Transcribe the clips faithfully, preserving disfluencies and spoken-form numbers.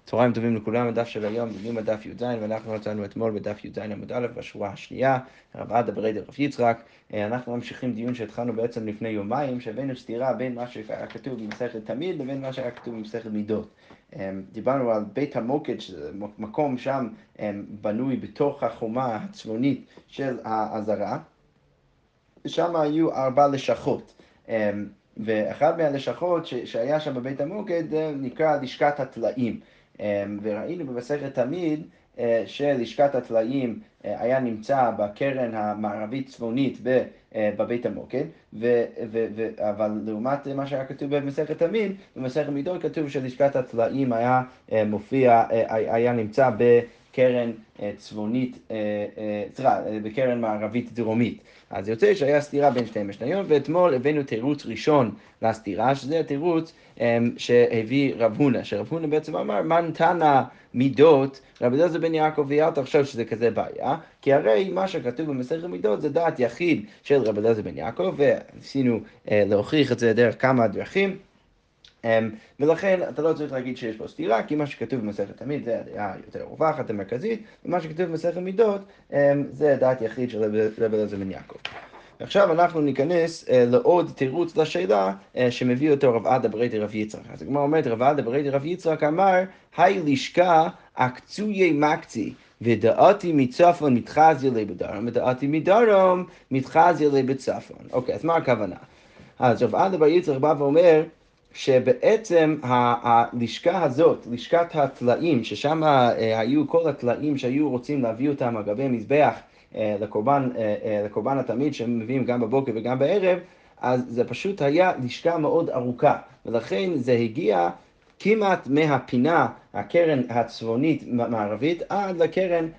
צהריים טובים לכולם, הדף של היום, דנים בדף י"ז, ואנחנו מצאנו אתמול בדף י"ז עמוד א' בשורה השנייה, רב עדה ברי דרב יצחק. אנחנו ממשיכים דיון שהתחלנו בעצם לפני יומיים, שהבאנו סתירה בין מה שהיה כתוב במסכת תמיד לבין מה שהיה כתוב במסכת מידות. דיברנו על בית המוקד, שזה מקום שם בנוי בתוך החומה הצפונית של העזרה, ושם היו ארבע לשכות. ואחת מהלשכות שהיה שם בבית המוקד נקרא לשכת הטלאים. וראינו במסכת תמיד שלשכת הטלאים היה נמצא בקרן המערבית צפונית בבית המוקד, ו- ו- ו- אבל לעומת מה שהיה כתוב במסכת תמיד, במסכת מידות כתוב שלשכת הטלאים היה מופיע, היה נמצא בקרן צפונית, סליחה, בקרן מערבית דרומית. אז יוצא שהיה סתירה בין שתי משניות, ואתמול הבאנו תירוץ ראשון לסתירה, שזה התירוץ שהביא רב הונא, שרב הונא בעצם אמר, מן תנא מידות, רבי אליעזר בן יעקב, ואל תחשוב שזה כזה בעיה, כי הרי מה שכתוב במסכת מידות זה דעת יחיד של רבי אליעזר בן יעקב, וניסינו להוכיח את זה דרך כמה דרכים, ולכן אתה לא צריך להגיד שיש פה סתירה, כי מה שכתוב במסכת תמיד זה הדעה יותר רווחת, המרכזית, ומה שכתוב במסכת מידות זה דעת יחיד של רבי אליעזר בן יעקב. עכשיו אנחנו ניכנס אה, לעוד תירוץ לשאלה אה, שמביא אותו רב עדה ברי דרב יצחק. אז הגמרא אומרת, רב עדה ברי דרב יצחק אמר, היי לשכה עקצויי מקצי, ודעתי מצפון מתחזיה לי בדרום, ודעתי מדרום מתחזיה לי בצפון. אוקיי, אז מה הכוונה? אז רב עדה ברי יצחק בא ואומר, שבעצם הלשכה הזאת, לשכת הטלאים, ששם אה, היו כל הטלאים שהיו רוצים להביא אותם על גבי מזבח, לקורבן, לקורבן התמיד שהם מביאים גם בבוקר וגם בערב, אז זה פשוט היה לשכה מאוד ארוכה, ולכן זה הגיע כמעט מהפינה, הקרן הצפונית מערבית, עד לקרן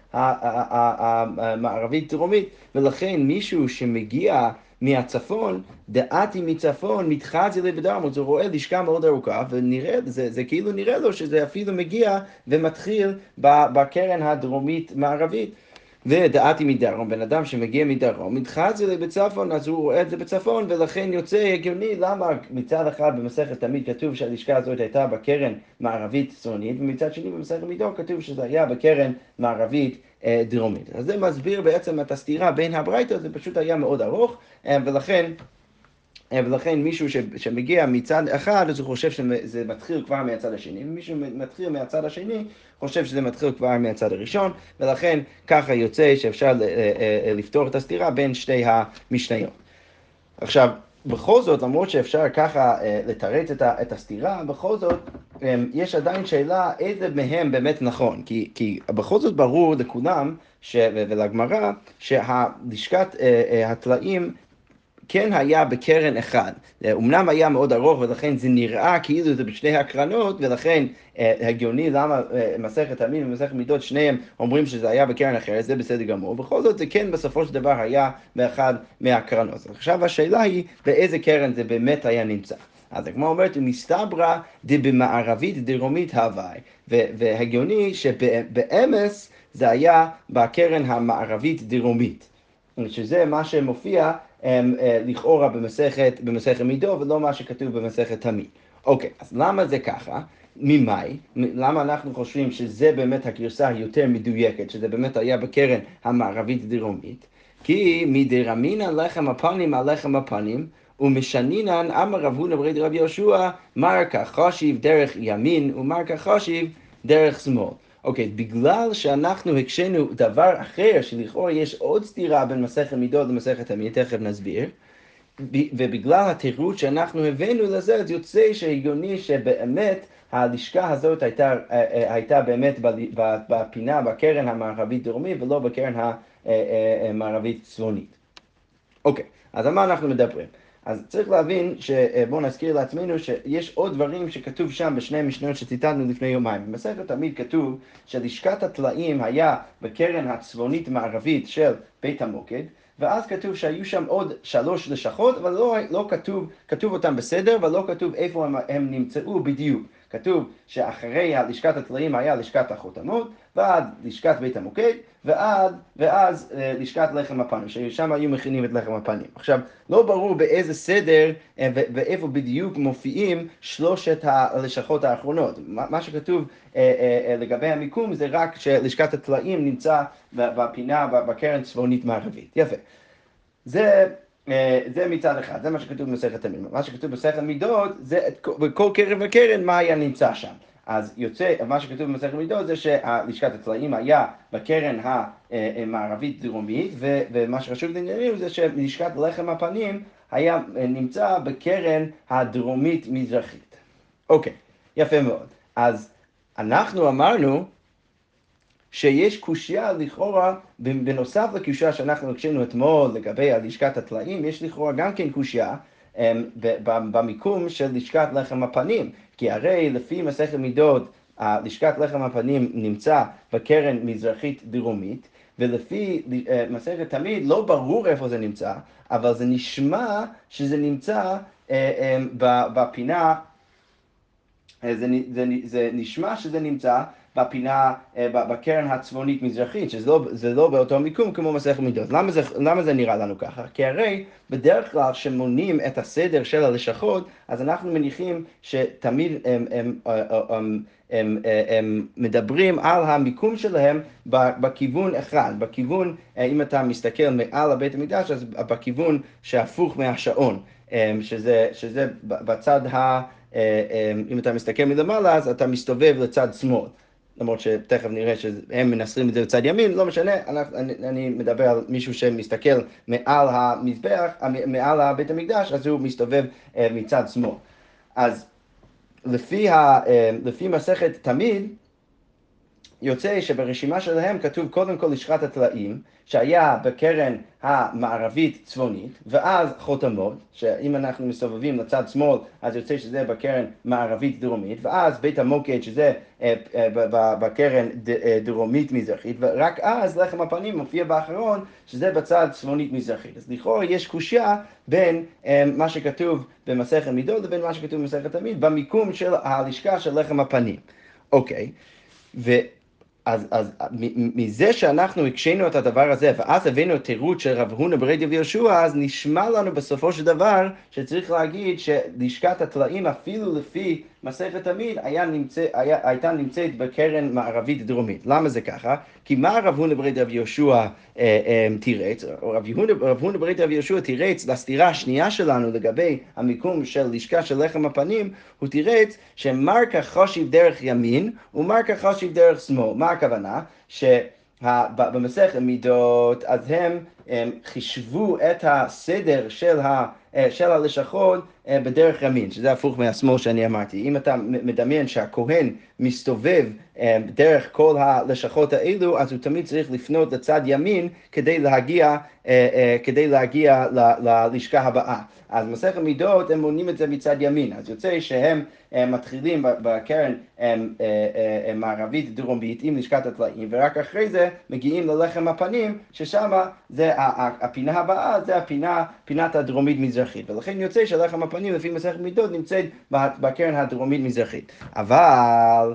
המערבית דרומית, ולכן מישהו שמגיע מהצפון, דעתי מצפון, מתחזי לי בדרום, אז הוא רואה לשכה מאוד ארוכה, ונראה, זה, זה כאילו נראה לו שזה אפילו מגיע ומתחיל בקרן הדרומית מערבית. ודעתי מדרום, בן אדם שמגיע מדרום, מתחזי לי בצפון, אז הוא רואה את זה בצפון, ולכן יוצא הגיוני למה מצד אחד במסכת תמיד כתוב שהלשכה הזאת הייתה בקרן מערבית צפונית, ומצד שני במסכת מידות כתוב שזה היה בקרן מערבית אה, דרומית. אז זה מסביר בעצם את הסתירה בין הברייתות, זה פשוט היה מאוד ארוך, אה, ולכן... ולכן מישהו שמגיע מצד אחד, אז הוא חושב שזה מתחיל כבר מהצד השני, ומישהו מתחיל מהצד השני, חושב שזה מתחיל כבר מהצד הראשון, ולכן ככה יוצא שאפשר לפתור את הסתירה בין שתי המשניות. עכשיו, בכל זאת, למרות שאפשר ככה לתרץ את הסתירה, בכל זאת יש עדיין שאלה איזה מהם באמת נכון, כי, כי בכל זאת ברור לכולם ש, ולגמרא שהלשכת הטלאים כן היה בקרן אחד. אמנם היה מאוד ארוך ולכן זה נראה כאילו זה בשני הקרנות, ולכן הגיוני למה מסכת תמיד ומסכת מידות שניהם אומרים שזה היה בקרן אחרת, זה בסדר גמור. בכל זאת זה כן בסופו של דבר היה באחד מהקרנות. עכשיו השאלה היא באיזה קרן זה באמת היה נמצא. אז הגמרא אומרת, ומסתברא דבמערבית דרומית הווי, והגיוני שבאמס זה היה בקרן המערבית דרומית, שזה מה שמופיע לכאורה במסכת, במסכת מידות, ולא מה שכתוב במסכת תמיד. אוקיי, אז למה זה ככה? ממאי? למה אנחנו חושבים שזה באמת הגרסה היותר מדויקת, שזה באמת היה בקרן המערבית דרומית? כי מדרמינן לחם הפנים על לחם הפנים, ומשנינן אמר רב הונא ברי דרב יהושע, מרקה חשיב דרך ימין, ומרקה חשיב דרך שמאל. אוקיי, okay, בגלל שאנחנו הקשינו דבר אחר, שלכאורה יש עוד סתירה בין מסכת מידות למסכת תמיד, תכף נסביר, ובגלל התירוץ שאנחנו הבאנו לזה, אז יוצא שהגיוני שבאמת הלשכה הזאת הייתה, הייתה באמת בפינה, בקרן המערבית דרומית, ולא בקרן המערבית צפונית. אוקיי, אז על מה אנחנו מדברים? אז צריך להבין, שבואו נזכיר לעצמנו שיש עוד דברים שכתוב שם בשני המשניות שציטטנו לפני יומיים. במסכת תמיד כתוב שלשכת הטלאים היה בקרן הצפונית מערבית של בית המוקד, ואז כתוב שהיו שם עוד שלוש לשכות, אבל לא, לא כתוב, כתוב אותם בסדר, אבל לא כתוב איפה הם, הם נמצאו בדיוק. כתוב שאחרי לשכת הטלאים היה לשכת החותמות, ועד לשכת בית המוקד, ועד, ואז לשכת לחם הפנים, ששם היו מכינים את לחם הפנים. עכשיו, לא ברור באיזה סדר ואיפה בדיוק מופיעים שלושת הלשכות האחרונות. מה שכתוב לגבי המיקום זה רק שלשכת הטלאים נמצא בפינה, בקרן צפונית מערבית. יפה. זה... זה מצד אחד, זה מה שכתוב במסכת תמיד. מה שכתוב במסכת מידות, זה בכל קרן וקרן מה היה נמצא שם. אז יוצא, מה שכתוב במסכת מידות זה שלשכת הטלאים היה בקרן המערבית דרומית, ומה שחשוב לעניינים זה שלשכת לחם הפנים היה נמצא בקרן הדרומית מזרחית. אוקיי, יפה מאוד. אז אנחנו אמרנו שיש קושיה לכאורה, בנוסף לקושיה שאנחנו הקשינו אתמול לגבי לשכת הטלאים, יש לכאורה גם כן קושיה במיקום של לשכת לחם הפנים, כי הרי לפי מסכת מידות, לשכת לחם הפנים נמצא בקרן מזרחית דרומית, ולפי מסכת תמיד לא ברור איפה זה נמצא, אבל זה נשמע שזה נמצא בפינה, זה, זה, זה נשמע שזה נמצא בפינה, בקרן הצפונית מזרחית, שזה לא, זה לא באותו מיקום כמו מסכת מידות. למה זה, למה זה נראה לנו ככה? כי הרי בדרך כלל שמונים את הסדר של הלשכות, אז אנחנו מניחים שתמיד הם, הם, הם, הם, הם, הם מדברים על המיקום שלהם בכיוון אחד, בכיוון, אם אתה מסתכל מעל הבית המקדש, אז בכיוון שהפוך מהשעון, שזה, שזה בצד ה... אם אתה מסתכל מלמעלה, אז אתה מסתובב לצד שמאל. למרות שתכף נראה שהם מנסרים את זה לצד ימין, לא משנה, אני, אני מדבר על מישהו שמסתכל מעל המזבח, מעל בית המקדש, אז הוא מסתובב מצד שמאל. אז לפי, ה, לפי מסכת תמיד, יוצא שברשימה שלהם כתוב קודם כל לשכת הטלאים, שהיה בקרן המערבית צפונית, ואז חותמות, שאם אנחנו מסובבים לצד שמאל, אז יוצא שזה בקרן מערבית דרומית, ואז בית המוקד, שזה בקרן דרומית מזרחית, ורק אז לחם הפנים מופיע באחרון, שזה בצד צפונית מזרחית. אז לכאורה יש קושיה בין מה שכתוב במסכת מידות לבין מה שכתוב במסכת תמיד, במיקום של הלשכה של לחם הפנים. אוקיי, ו... אז, אז מזה שאנחנו הקשינו את הדבר הזה, ואז הבאנו תירוץ של רב הונא ברי רבי יהושע, אז נשמע לנו בסופו של דבר שצריך להגיד שלשכת הטלאים אפילו לפי מסכת תמיד היה נמצא, היה, הייתה נמצאת בקרן מערבית דרומית. למה זה ככה? כי מה רב הונא ברי רבי יהושע אה, אה, תירץ? רב הונא ברי רבי יהושע תירץ לסתירה השנייה שלנו לגבי המיקום של לשכה של לחם הפנים, הוא תירץ שמרקה חשיב דרך ימין ומרקה חשיב דרך שמאל. מה הכוונה? שבמסכת מידות אז הם, הם חישבו את הסדר של ה... של הלשכות בדרך ימין, שזה הפוך מהשמאל שאני אמרתי. אם אתה מדמיין שהכהן מסתובב דרך כל הלשכות האלו, אז הוא תמיד צריך לפנות לצד ימין כדי להגיע, כדי להגיע ללשכה הבאה. אז מסכת מידות הם מונים את זה מצד ימין, אז יוצא שהם מתחילים בקרן מערבית דרומית עם לשכת הטלאים, ורק אחרי זה מגיעים ללחם הפנים, ששם זה הפינה הבאה, זה הפינה, פינת הדרומית מזרחית, ולכן יוצא שלחם הפנים לפי מסכת מידות נמצאת בקרן הדרומית מזרחית. אבל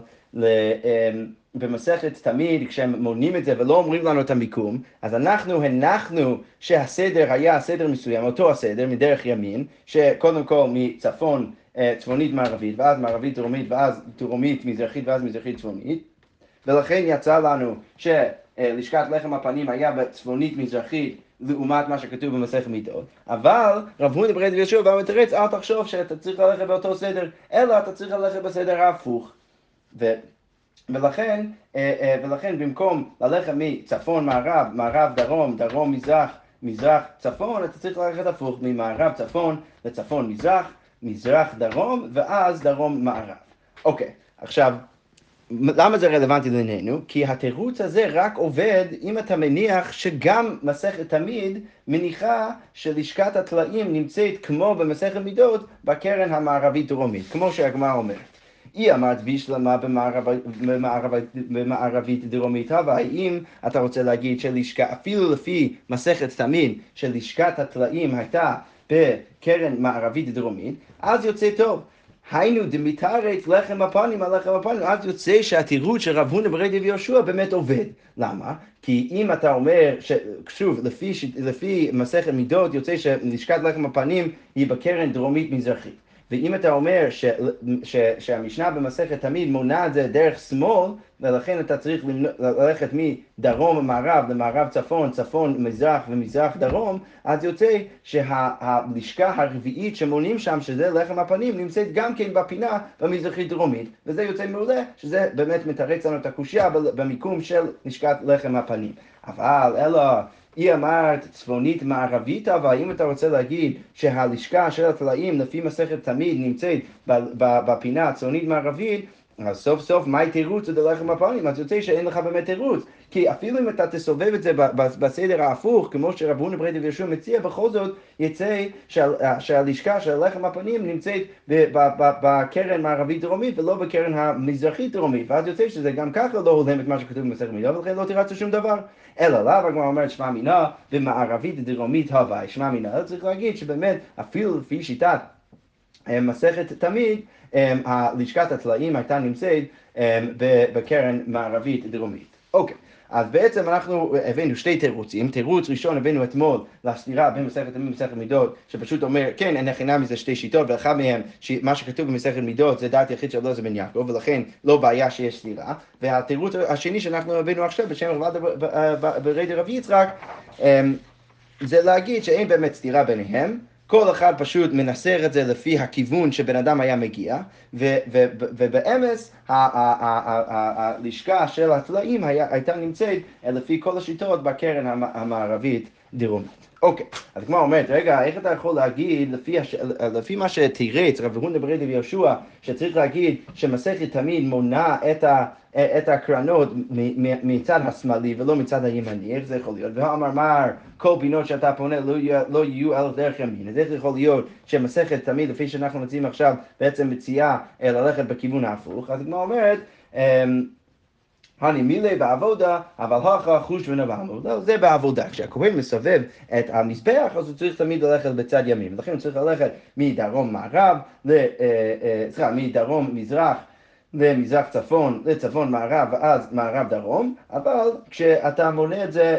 במסכת תמיד, כשהם מונים את זה ולא אומרים לנו את המיקום, אז אנחנו הנחנו שהסדר היה סדר מסוים, אותו הסדר מדרך ימין, שקודם כל מצפון צפונית מערבית, ואז מערבית דרומית, ואז דרומית מזרחית, ואז מזרחית צפונית, ולכן יצא לנו שלשכת לחם הפנים היה בצפונית מזרחית, לעומת מה שכתוב במסכת מידות. אבל רב הונא ברי רבי יהושע בא ותרץ, אל תחשוב שאתה צריך ללכת באותו סדר, אלא אתה צריך ללכת בסדר ההפוך. ו... ולכן, ולכן במקום ללכת מצפון מערב, מערב דרום, דרום מזרח, מזרח צפון, אתה צריך ללכת הפוך ממערב צפון לצפון מזרח, מזרח דרום, ואז דרום מערב. אוקיי, עכשיו, למה זה רלוונטי לענייננו? כי התירוץ הזה רק עובד אם אתה מניח שגם מסכת תמיד מניחה שלשכת הטלאים נמצאת כמו במסכת מידות בקרן המערבית דרומית, כמו שהגמרא אומרת. היא אמרת בישלמה במערבית דרומית, אבל האם אתה רוצה להגיד שלשכה, אפילו לפי מסכת תמיד, שלשכת הטלאים הייתה בקרן מערבית דרומית, אז יוצא טוב. היינו דמיתרץ לחם הפנים על לחם הפנים, אז יוצא שהתירוץ של רב הונא ברי דרבי יהושע באמת עובד. למה? כי אם אתה אומר, ש... שוב, לפי, לפי מסכת מידות יוצא שלשכת לחם הפנים היא בקרן דרומית מזרחית. ואם אתה אומר ש, ש, שהמשנה במסכת תמיד מונה את זה דרך שמאל, ולכן אתה צריך ללכת מדרום למערב, למערב צפון, צפון מזרח ומזרח דרום, אז יוצא שהלשכה הרביעית שמונים שם, שזה לחם הפנים, נמצאת גם כן בפינה במזרחית דרומית, וזה יוצא מעולה, שזה באמת מתרץ לנו את הקושיה במיקום של לשכת לחם הפנים. אבל אלא היא אמרת צפונית מערבית, אבל אם אתה רוצה להגיד שהלשכה של הטלאים לפי מסכת תמיד נמצאת בפינה הצפונית מערבית, אז סוף סוף מהי תירוץ עד לחם הפנים? אז יוצא שאין לך באמת תירוץ. כי אפילו אם אתה תסובב את זה בסדר ההפוך, כמו שרב הונא ברי דרבי יהושע מציע, בכל זאת יצא שהלשכה של לחם הפנים נמצאת בקרן מערבית דרומית ולא בקרן המזרחית דרומית. ואז יוצא שזה גם ככה לא הולם את מה שכתוב במסכת מידות, ולכן לא תירצו שום דבר. אלא לאו, הגמרא אומרת שמע מינא ומערבית דרומית הווי. שמע מינא, צריך להגיד שבאמת אפילו לפי שיטת מסכת תמיד, לשכת הטלאים הייתה נמצאת בקרן מערבית דרומית. אוקיי, אז בעצם אנחנו הבאנו שתי תירוצים. תירוץ ראשון הבאנו אתמול לסתירה בין מסכת תמיד ומסכת מידות, שפשוט אומר, כן, אין הכי נמי זה שתי שיטות, ואחד מהם, מה שכתוב במסכת מידות זה דעת יחיד של אלעזר בן יעקב, ולכן לא בעיה שיש סתירה. והתירוץ השני שאנחנו הבאנו עכשיו בשם רבד ברי דרבי יצחק, זה להגיד שאין באמת סתירה ביניהם, כל אחד פשוט מנסר את זה לפי הכיוון שבן אדם היה מגיע, ובאמס הלשכה של הטלאים הייתה נמצאת לפי כל השיטות בקרן המערבית דרומית. אוקיי, אז כמו אומרת, רגע, איך אתה יכול להגיד, לפי, הש... לפי מה שתירץ רב הונא ברי דרבי יהושע, שצריך להגיד שמסכת תמיד מונה את, ה... את הקרנות מצד השמאלי ולא מצד הימני, איך זה יכול להיות? והאמר מר, כל פינות שאתה פונה לא, יהיו, לא יהיו על דרך ימין, אז איך זה יכול להיות שמסכת תמיד, לפי שאנחנו מציעים עכשיו, בעצם מציעה ללכת בכיוון ההפוך? אז כמו אומרת, אני מילי בעבודה, אבל הכה חוש ונבעמו. לא, זה בעבודה. כשהכהן מסובב את המזבח, אז הוא צריך תמיד ללכת בצד ימין. לכן הוא צריך ללכת מדרום מערב, סליחה, מדרום מזרח, למזרח צפון, לצפון מערב, ואז מערב דרום, אבל כשאתה מונה את זה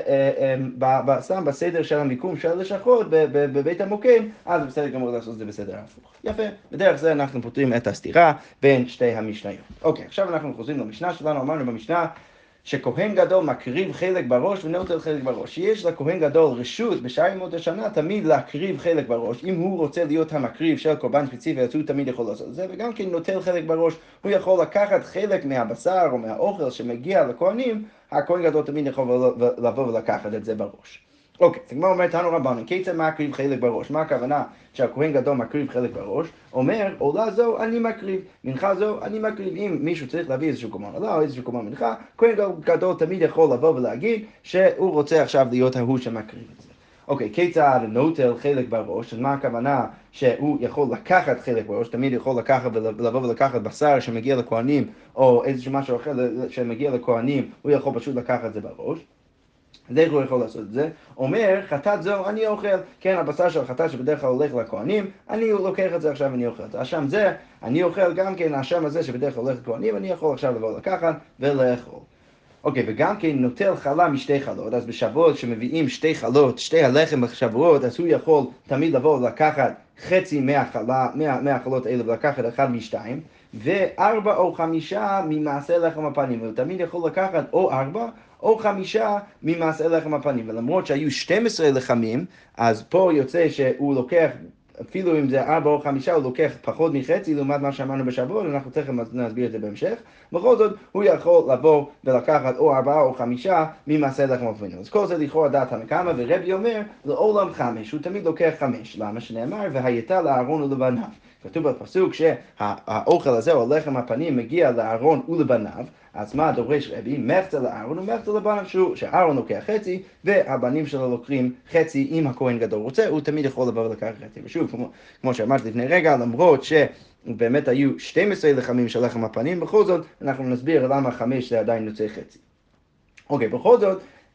שם בסדר של המיקום של הלשכות בבית המוקד, אז בסדר גמור לעשות את זה בסדר ההפוך. יפה, בדרך זה אנחנו פותרים את הסתירה בין שתי המשניות. אוקיי, עכשיו אנחנו חוזרים למשנה שלנו, אמרנו במשנה שכהן גדול מקריב חלק בראש ונוטל חלק בראש. יש לכהן גדול רשות בשאר ימות השנה תמיד להקריב חלק בראש. אם הוא רוצה להיות המקריב של קורבן ספציפי, אז הוא תמיד יכול לעשות את זה, וגם כן נוטל חלק בראש. הוא יכול לקחת חלק מהבשר או מהאוכל שמגיע לכהנים, הכהן גדול תמיד יכול לבוא ולקחת את זה בראש. אוקיי, אז כמו אומרת, תנו רבנן, כיצד מקריב חלק בראש? מה הכוונה שהכהן גדול מקריב חלק בראש? אומר, עולה זו אני מקריב, מנחה זו אני מקריב. אם מישהו צריך להביא איזשהו קורבן עולה או איזשהו קורבן מנחה, כהן גדול תמיד יכול לבוא ולהגיד שהוא רוצה עכשיו להיות ההוא שמקריב את זה. אוקיי, כיצד נוטל חלק בראש? אז מה הכוונה שהוא יכול לקחת חלק בראש? תמיד יכול לקחת ולבוא ולקחת בשר שמגיע לכהנים, או איזשהו משהו אחר שמגיע לכהנים, הוא יכול פשוט לקחת את זה בראש. אז איך הוא יכול לעשות את זה? אומר, חטאת זו אני אוכל, כן, הבשר של החטאת שבדרך כלל הולך לכהנים, אני לוקח את זה עכשיו ואני אוכל. השם זה, אני אוכל גם כן, השם הזה שבדרך כלל הולך לכהנים, אני יכול עכשיו לבוא לקחת ולאכול. אוקיי, וגם כן נוטל חלה משתי חלות, אז בשבועות שמביאים שתי חלות, שתי הלחם בשבועות, אז הוא יכול תמיד לבוא לקחת חצי מהחלה, מה, מהחלות האלה ולקחת אחד משתיים, וארבע או חמישה ממעשה לחם הפנים, הוא תמיד יכול לקחת או ארבע, או חמישה ממעשה לחם הפנים, ולמרות שהיו שתים עשרה לחמים, אז פה יוצא שהוא לוקח, אפילו אם זה ארבע או חמישה, הוא לוקח פחות מחצי, לעומת מה שאמרנו בשבוע, אנחנו תכף נסביר את זה בהמשך. בכל זאת, הוא יכול לבוא ולקחת או ארבעה או חמישה ממעשה לחם הפנים. אז כל זה לכאורה דעת הנקמה, ורבי אומר, לעולם חמש, הוא תמיד לוקח חמש. למה שנאמר, והייתה לאהרון ולבניו. כתוב בפסוק שהאוכל הזה, או לחם הפנים, מגיע לאהרון ולבניו, אז מה דורש רבי? מחצה לאהרון ומחצה לבניו, שהאהרון לוקח חצי, והבנים שלו לוקחים חצי. אם הכהן גדול רוצה, הוא תמיד יכול לבוא ולקח חצי. ושוב, כמו, כמו שאמרתי לפני רגע, למרות שבאמת היו שתים עשרה לחמים של לחם הפנים, בכל זאת אנחנו נסביר למה חמש זה עדיין יוצא חצי. אוקיי, בכל זאת,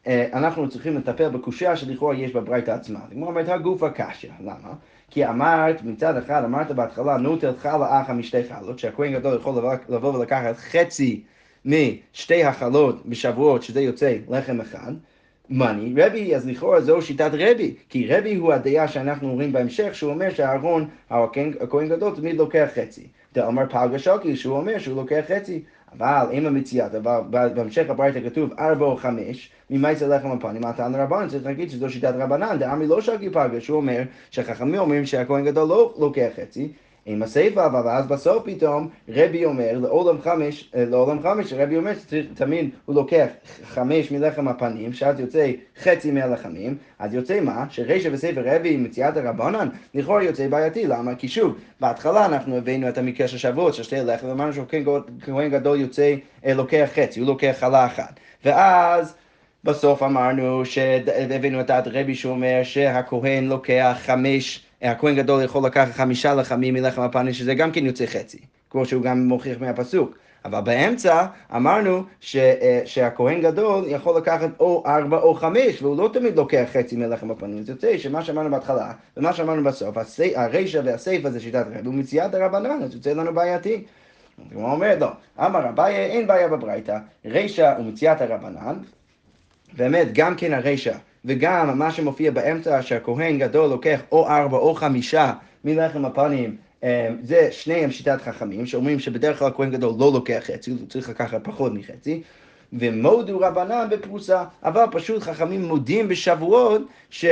אנחנו צריכים לטפל בקושיה שלכאורה יש בברייתא עצמה. כמו אומרת, הגוף הקשיא. למה? כי אמרת, מצד אחד, אמרת בהתחלה, נוטל חלה אחת משתי חלות, שהכהן גדול יכול לבוא ולקחת חצי משתי החלות בשבועות, שזה יוצא לחם אחד. מני, רבי, אז לכאורה זו שיטת רבי, כי רבי הוא הדעה שאנחנו רואים בהמשך, שהוא אומר שהארון, הכהן גדול, תמיד לוקח חצי. דאמר פלגה שוקי, שהוא אומר שהוא לוקח חצי. אבל אם המציאת, אבל בהמשך הברייתא כתוב ארבע או חמש, ממעשה לחם הפנים, מתן רבנן, צריך להגיד שזו שיטת רבנן, דאמרי לא שוקי פלגה, שהוא אומר שחכמים אומרים שהכהן גדול לא לוקח חצי, עם הסייפה, אבל אז בסוף פתאום רבי אומר לעולם חמש, לעולם חמש, רבי אומר שתמיד הוא לוקח חמש מלחם הפנים, שאז יוצא חצי מהלחמים, אז יוצא מה? שרישא וסייפה רבי מציאת הרבנן, לכאורה יוצא בעייתי, למה? כי שוב, בהתחלה אנחנו הבאנו את המקרה של שבועות, של שתי לחם, ואמרנו שכהן גדול יוצא, לוקח חצי, הוא לוקח חלה אחת, ואז בסוף אמרנו שהבאנו את הרבי שאומר שהכהן לוקח חמש, הכהן גדול יכול לקחת חמישה לחמים מלחם הפנים, שזה גם כן יוצא חצי, כמו שהוא גם מוכיח מהפסוק. אבל באמצע אמרנו ש, שהכהן גדול יכול לקחת או ארבע או חמש, והוא לא תמיד לוקח חצי מלחם הפנים. זה יוצא שמה שאמרנו בהתחלה ומה שאמרנו בסוף, הרישא והסייפה זה שיטת רבי, ומציאת הרבנן, אז יוצא לנו בעייתי. הוא אומר, לא, אמר אביי, אין בעיה בברייתא, רישא ומציאת הרבנן, באמת גם כן הרישא, וגם מה שמופיע באמצע שהכהן גדול לוקח או ארבע או חמישה מלחם הפנים, זה שניהם שיטת חכמים, שאומרים שבדרך כלל הכהן גדול לא לוקח חצי, הוא צריך לקחת פחות מחצי, ומודו רבנן בפרוסה, אבל פשוט חכמים מודים בשבועות ש...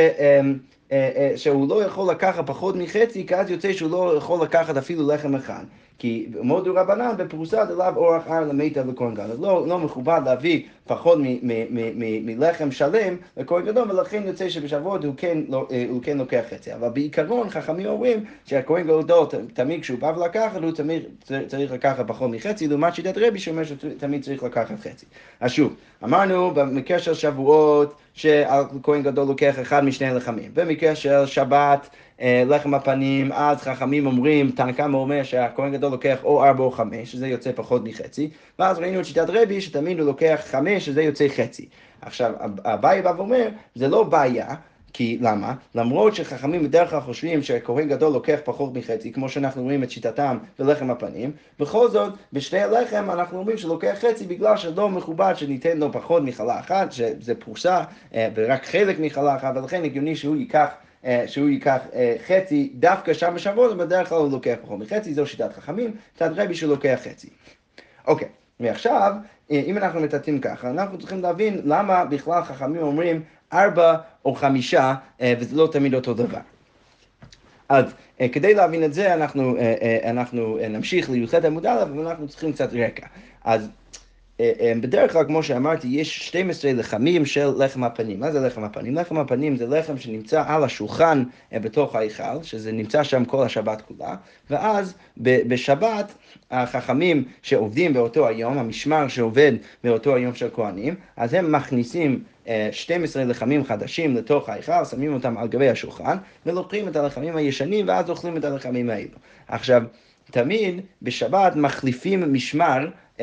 שהוא לא יכול לקחת פחות מחצי, כי אז יוצא שהוא לא יכול לקחת אפילו לחם אחד. כי מודו רבנן בפרוסה דלאו אורח ער למיטב לכהן גדול. לא, לא מכובד להביא פחות מלחם שלם לכהן גדול, ולכן יוצא שבשבועות הוא כן, הוא כן לוקח חצי. אבל בעיקרון חכמים אומרים שהכהן גדול תמיד כשהוא בא לקחת, הוא תמיד צריך לקחת פחות מחצי, לעומת שיטת רבי שאומר שתמיד צריך לקחת חצי. אז שוב, אמרנו במקרה של שבועות שהכהן גדול לוקח אחד משני לחמים. במקרה של שבת, לחם הפנים, אז חכמים אומרים, תנא קמא אומר שהכהן גדול לוקח או ארבע או חמש, שזה יוצא פחות מחצי, ואז ראינו את שיטת רבי שתמיד הוא לוקח חמש, שזה יוצא חצי. עכשיו, אביי בא ואומר, זה לא בעיה, כי למה? למרות שחכמים בדרך כלל חושבים שהכהן גדול לוקח פחות מחצי, כמו שאנחנו רואים את שיטתם בלחם הפנים, בכל זאת, בשתי הלחם אנחנו אומרים שלוקח חצי, בגלל שלא מכובד שניתן לו פחות מחלה אחת, שזה פרוסה, ורק חלק מחלה אחת, ולכן הגיוני שהוא ייקח שהוא ייקח חצי דווקא שם בשבועות, ובדרך כלל הוא לוקח פחות מחצי, זו שיטת חכמים, שיטת רבי שלוקח חצי. אוקיי, ועכשיו, אם אנחנו מטאטאים ככה, אנחנו צריכים להבין למה בכלל חכמים אומרים ארבע או חמישה, וזה לא תמיד אותו דבר. אז כדי להבין את זה, אנחנו, אנחנו נמשיך לי"ח עמוד א', ואנחנו צריכים קצת רקע. אז בדרך כלל, כמו שאמרתי, יש שנים עשר לחמים של לחם הפנים. מה זה לחם הפנים? לחם הפנים זה לחם שנמצא על השולחן בתוך ההיכל, שזה נמצא שם כל השבת כולה, ואז בשבת החכמים שעובדים באותו היום, המשמר שעובד באותו היום של כהנים, אז הם מכניסים שנים עשר לחמים חדשים לתוך ההיכל, שמים אותם על גבי השולחן, ולוקחים את הלחמים הישנים, ואז אוכלים את הלחמים האלו. עכשיו, תמיד בשבת מחליפים משמר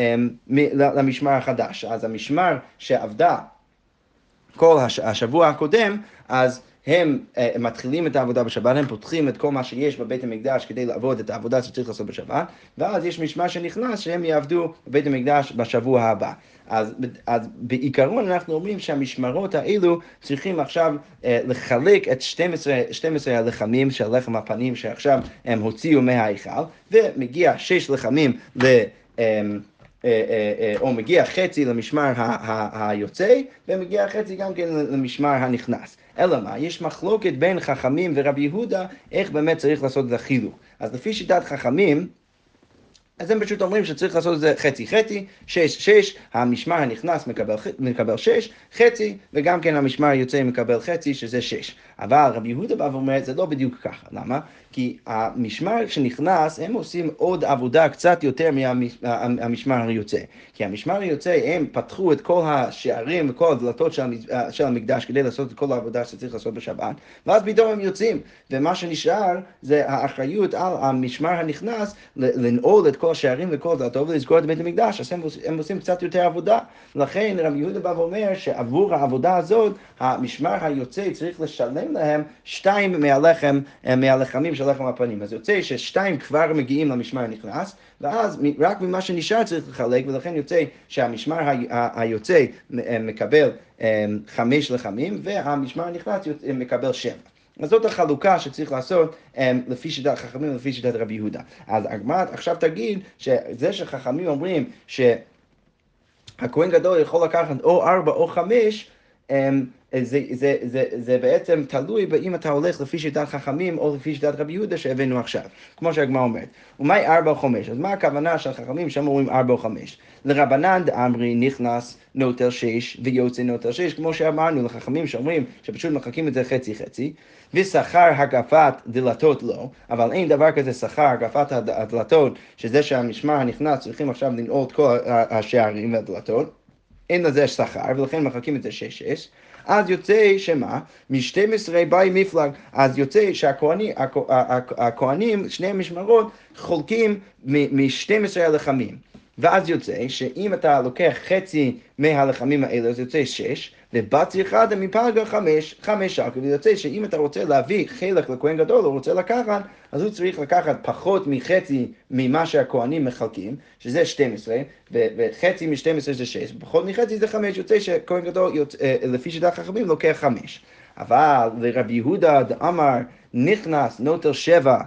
למשמר החדש. אז המשמר שעבדה כל השבוע הקודם, אז הם מתחילים את העבודה בשבת, הם פותחים את כל מה שיש בבית המקדש כדי לעבוד את העבודה שצריך לעשות בשבת, ואז יש משמר שנכנס שהם יעבדו בבית המקדש בשבוע הבא. אז, אז בעיקרון אנחנו אומרים שהמשמרות האלו צריכים עכשיו אה, לחלק את שנים עשר הלחמים של לחם הפנים שעכשיו הם הוציאו מההיכל, ומגיע שש לחמים ל... אה, או מגיע חצי למשמר היוצא, ומגיע חצי גם כן למשמר הנכנס. אלא מה? יש מחלוקת בין חכמים ורבי יהודה, איך באמת צריך לעשות את החילוק. אז לפי שיטת חכמים, אז הם פשוט אומרים שצריך לעשות את זה חצי חצי, שש שש, המשמר הנכנס מקבל, מקבל שש, חצי, וגם כן המשמר היוצא מקבל חצי, שזה שש. אבל רבי יהודה בא ואומר, זה לא בדיוק ככה. למה? כי המשמר שנכנס, הם עושים עוד עבודה קצת יותר מהמשמר היוצא. כי המשמר היוצא, הם פתחו את כל השערים וכל הדלתות של המקדש כדי לעשות את כל העבודה שצריך לעשות בשבת, ואז פתאום הם יוצאים. ומה שנשאר זה האחריות על המשמר הנכנס לנעול את כל השערים וכל הדלתות ולסגור את בית המקדש. אז הם, הם עושים קצת יותר עבודה. לכן רבי יהודה בא ואומר שעבור העבודה הזאת, המשמר היוצא צריך לשלם להם שתיים מהלחם, מהלחמים של לחם הפנים. אז יוצא ששתיים כבר מגיעים למשמר הנכנס, ואז רק ממה שנשאר צריך לחלק, ולכן יוצא שהמשמר היוצא מקבל חמש לחמים, והמשמר הנכנס מקבל שבע. אז זאת החלוקה שצריך לעשות לפי שיטת חכמים ולפי שיטת רבי יהודה. אז הגמרא עכשיו תגיד שזה שחכמים אומרים שהכהן גדול יכול לקחת או ארבע או חמש, זה, זה, זה, זה בעצם תלוי באם אתה הולך לפי שיטת חכמים או לפי שיטת רבי יהודה שהבאנו עכשיו, כמו שהגמרא אומרת. ומאי ארבע או חמש? אז מה הכוונה של חכמים שם אומרים ארבע או חמש? לרבנן דאמרי נכנס נוטל שש ויוצא נוטל שש, כמו שאמרנו לחכמים שאומרים שפשוט מחכים את זה חצי חצי, ושכר הקפת דלתות לא, אבל אין דבר כזה שכר הקפת הדלתות, שזה שהמשמר הנכנס צריכים עכשיו לנעול את כל השערים והדלתות, אין לזה שכר, ולכן מחכים את זה שש שש, אז יוצא שמה? מ-שתים עשרה באי מפלג, אז יוצא שהכהנים, שני המשמרות, חולקים מ-שתים עשרה הלחמים. ואז יוצא שאם אתה לוקח חצי מהלחמים האלה, אז יוצא שש, ובצי אחד מפלגה חמש, חמש שקל, ויוצא שאם אתה רוצה להביא חלק לכהן גדול, הוא רוצה לקחת, אז הוא צריך לקחת פחות מחצי ממה שהכהנים מחלקים, שזה שתים עשרה, וחצי מ-שתים עשרה זה שש, ופחות מחצי זה חמש, יוצא שכהן גדול, לפי שיטת חכמים, לוקח חמש. אבל לרבי יהודה דאמר נכנס נוטל שבע,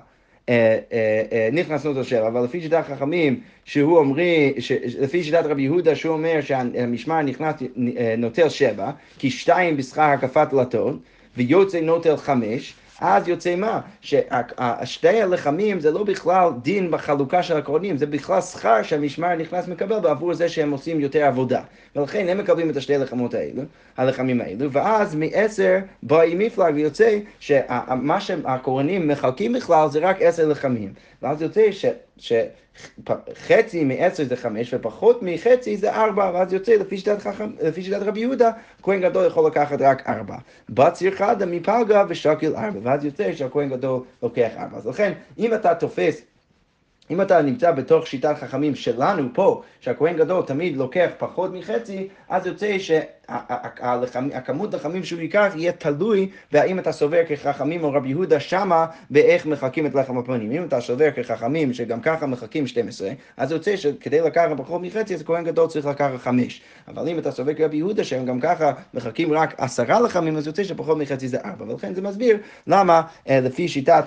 נכנס נוטל שבע, אבל לפי שיטת חכמים, שהוא אומרי, לפי שיטת רבי יהודה, שהוא אומר שהמשמר נכנס נוטל שבע, כי שתיים בשכר הקפת דלתות, ויוצא נוטל חמש, אז יוצא מה? ששתי הלחמים זה לא בכלל דין בחלוקה של הכהנים, זה בכלל שכר שהמשמר נכנס מקבל בעבור זה שהם עושים יותר עבודה. ולכן הם מקבלים את השתי הלחמות האלו, הלחמים האלו, ואז מעשר באי מפלג ויוצא שמה שהכהנים מחלקים בכלל זה רק עשר לחמים. ואז יוצא ש... ש... חצי מעשר זה חמש, ופחות מחצי זה ארבע, ואז יוצא לפי שיטת, חכם, לפי שיטת רבי יהודה, כהן גדול יכול לקחת רק ארבע. בציר חדה מפלגה ושקל ארבע, ואז יוצא שהכהן גדול לוקח ארבע. אז לכן, אם אתה תופס, אם אתה נמצא בתוך שיטת חכמים שלנו פה, שהכהן גדול תמיד לוקח פחות מחצי, אז יוצא שהכמות לחמים שהוא ייקח יהיה תלוי בהאם אתה סובר כחכמים או רבי יהודה שמה באיך מחלקים את לחם הפנים. אם אתה סובר כחכמים שגם ככה מחלקים שתים עשרה, אז יוצא שכדי לקחת פחות מחצי, אז הכהן גדול צריך לקחת חמש. אבל אם אתה סובר כרבי יהודה שהם גם ככה מחלקים רק עשרה לחמים, אז יוצא שפחות מחצי זה ארבע. ולכן זה מסביר למה לפי שיטת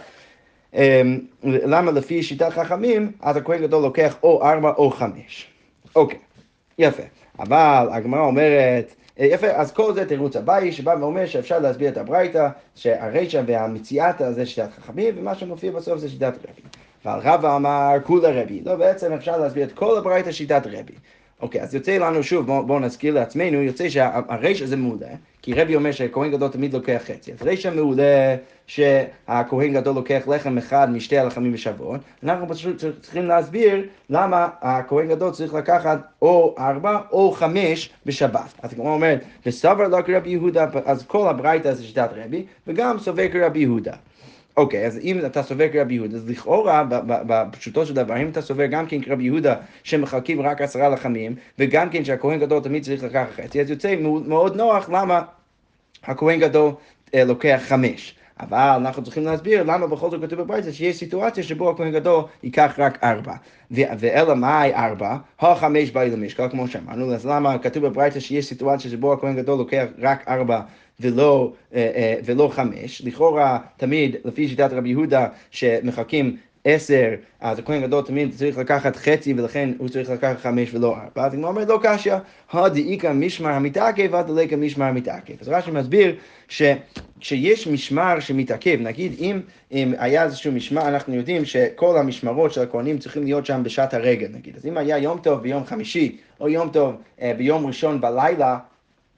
למה לפי שיטת חכמים, אז הכהן גדול לוקח או ארבע או חמש. אוקיי, יפה. אבל הגמרא אומרת, יפה, אז כל זה תירוץ הבאי, שבא ואומר שאפשר להסביר את הברייתא, שהרשע והמציאתא זה שיטת חכמים, ומה שמופיע בסוף זה שיטת רבי. אבל רבא אמר כולה רבי. לא, בעצם אפשר להסביר את כל הברייתא שיטת רבי. אוקיי, אז יוצא לנו שוב, בואו בוא נזכיר לעצמנו, יוצא שהרשע זה מעולה, כי רבי אומר שהכהן גדול תמיד לוקח חצי. אז רשע מעולה שהכהן גדול לוקח לחם אחד משתי הלחמים בשבוע. אנחנו פשוט צריכים להסביר למה הכהן גדול צריך לקחת או ארבע או חמש בשבת. אז כמו אומרת, וסבר לא כרבי יהודה, אז כל הברייתא זה שיטת רבי, וגם סובר כרבי יהודה. אוקיי, אז אם אתה סובר כרבי יהודה, אז לכאורה, בפשוטו של דבר, אם אתה סובר גם כן כרבי יהודה, שמחלקים רק עשרה לחמים, וגם כן שהכהן גדול תמיד צריך לקחת חצי, אז יוצא מאוד נוח למה הכהן גדול לוקח חמש. אבל אנחנו צריכים להסביר למה בכל זאת כתוב בברייתא שיש סיטואציה שבו הכהן גדול ייקח רק ארבע. ואלא מאי ארבע? החמש באי למשקל, כמו שאמרנו, אז למה כתוב בברייתא שיש סיטואציה שבו הכהן גדול לוקח רק ארבע ולא, ולא חמש? לכאורה תמיד לפי שיטת רבי יהודה שמחלקים עשר, אז הכהן גדול תמיד צריך לקחת חצי, ולכן הוא צריך לקחת חמש ולא ארבע. אז הוא אומר, לא קשיא, הדאיכא משמר המתעכב, ודאיכא משמר המתעכב. אז רש"י מסביר שכשיש משמר שמתעכב, נגיד אם, אם היה איזשהו משמר, אנחנו יודעים שכל המשמרות של הכהנים צריכים להיות שם בשעת הרגע, נגיד. אז אם היה יום טוב ביום חמישי, או יום טוב אה, ביום ראשון בלילה,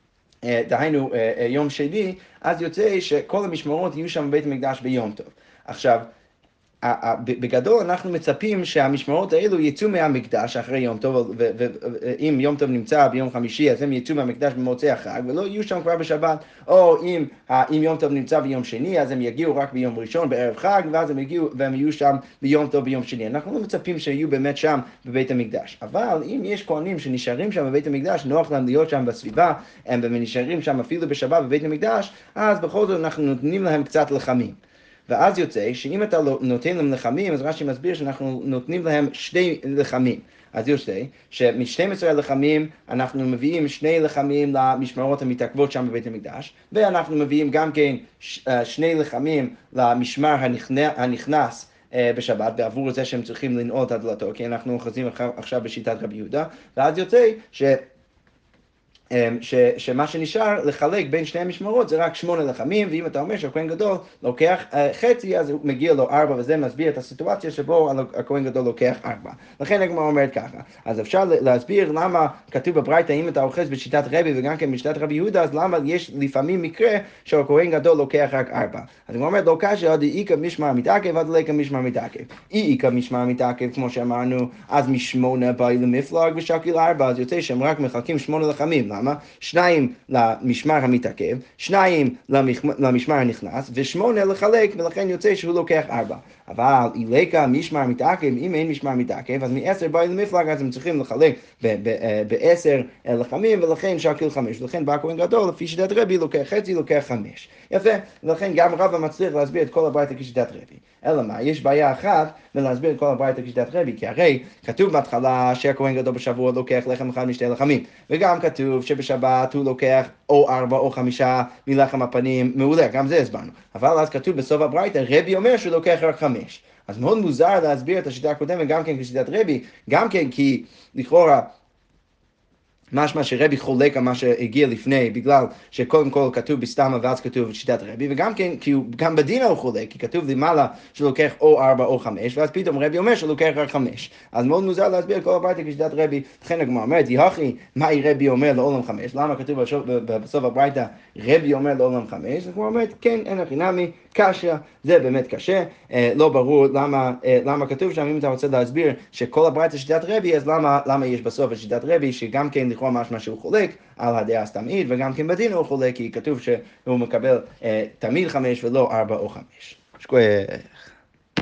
דהיינו יום שני, אז יוצא שכל המשמרות יהיו שם בבית המקדש ביום טוב. עכשיו, בגדול אנחנו מצפים שהמשמרות האלו יצאו מהמקדש אחרי יום טוב, ואם יום טוב נמצא ביום חמישי, אז הם יצאו מהמקדש במוצאי החג, ולא יהיו שם כבר בשבת, או אם, אם יום טוב נמצא ביום שני, אז הם יגיעו רק ביום ראשון בערב חג, ואז הם יגיעו, והם יהיו שם ביום טוב ביום שני. אנחנו לא מצפים שיהיו באמת שם בבית המקדש. אבל אם יש כהנים שנשארים שם בבית המקדש, נוח להם להיות שם בסביבה, הם נשארים שם אפילו בשבת בבית המקדש, אז בכל זאת אנחנו נותנים להם קצת לחמים. ואז יוצא שאם אתה נותן להם לחמים, אז רש"י מסביר שאנחנו נותנים להם שני לחמים. אז יוצא שמשנים עשר לחמים אנחנו מביאים שני לחמים למשמרות המתעכבות שם בבית המקדש, ואנחנו מביאים גם כן שני לחמים למשמר הנכנס בשבת, בעבור זה שהם צריכים לנעול את הדלתו, כי אנחנו אוחזים עכשיו בשיטת רבי יהודה, ואז יוצא ש... ש, שמה שנשאר לחלק בין שני המשמרות זה רק שמונה לחמים, ואם אתה אומר שהכהן גדול לוקח uh, חצי, אז הוא מגיע לו ארבע, וזה מסביר את הסיטואציה שבו הכהן גדול לוקח ארבע. לכן הגמרא אומרת ככה, אז אפשר להסביר למה כתוב בברייתא, אם אתה אוחז בשיטת רבי וגם כן בשיטת רבי יהודה, אז למה יש לפעמים מקרה שהכהן גדול לוקח רק ארבע. אז הגמרא אומרת, לא קשה, עד איקא משמר מתעכב, עד לאיקא משמר מתעכב. אי איקא משמר מתעכב, כמו שאמרנו, אז משמונה באי למפלג ושקיל ארבע, אז יוצא שהם רק מחלקים שמונה לחמים. למה? שניים למשמר המתעכב, שניים למשמר הנכנס, ושמונה לחלק, ולכן יוצא שהוא לוקח ארבע. אבל איליקה משמר מתעכב, אם אין משמר מתעכב, אז מעשר באי למפלג, אז הם צריכים לחלק בעשר לחמים, ולכן שקיל חמש. ולכן בא הכהן גדול, לפי שיטת רבי, לוקח חצי, לוקח חמש. יפה, ולכן גם רבא מצליח להסביר את כל הברייתא כשיטת רבי. אלא מה? יש בעיה אחת ולהסביר את כל הברייתא כשיטת רבי, כי הרי כתוב בהתחלה שהכהן גדול בשבוע לוקח לחם אחד משתי לחמים, וגם כתוב שבשבת הוא לוקח או ארבע או חמישה מלחם הפנים, מעולה, גם זה הסברנו. אבל אז כתוב בסוף הברייתא, רבי אומר שהוא לוקח רק חמש. אז מאוד מוזר להסביר את השיטה הקודמת גם כן כשיטת רבי, גם כן כי לכאורה משמע שרבי חולק על מה שהגיע לפני, בגלל שקודם כל כתוב בסתמה ואז כתוב שיטת רבי, וגם כן, כי הוא, גם בדינה הוא חולק, כי כתוב למעלה שלוקח או ארבע או חמש, ואז פתאום רבי אומר שלוקח רק חמש. אז מאוד מוזר להסביר כל הברייתא כשיטת רבי, לכן הגמרא אומרת, יחי, מהי רבי אומר לעולם חמש? למה כתוב בסוף הברייתא רבי אומר לעולם חמש? אז הגמרא אומרת, כן, אין הכי נמי, קשה, זה באמת קשה, אה, לא ברור למה, אה, למה כתוב שם, אם אתה רוצה להסביר שכל הברייתא שיטת רבי, אז למה, למה יש בסוף שיטת רבי, שגם כן לכאורה משמע שהוא חולק על הדעה הסתמית, וגם כן בדין הוא חולק, כי כתוב שהוא מקבל אה, תמיד חמש ולא ארבע או חמש. שכוח.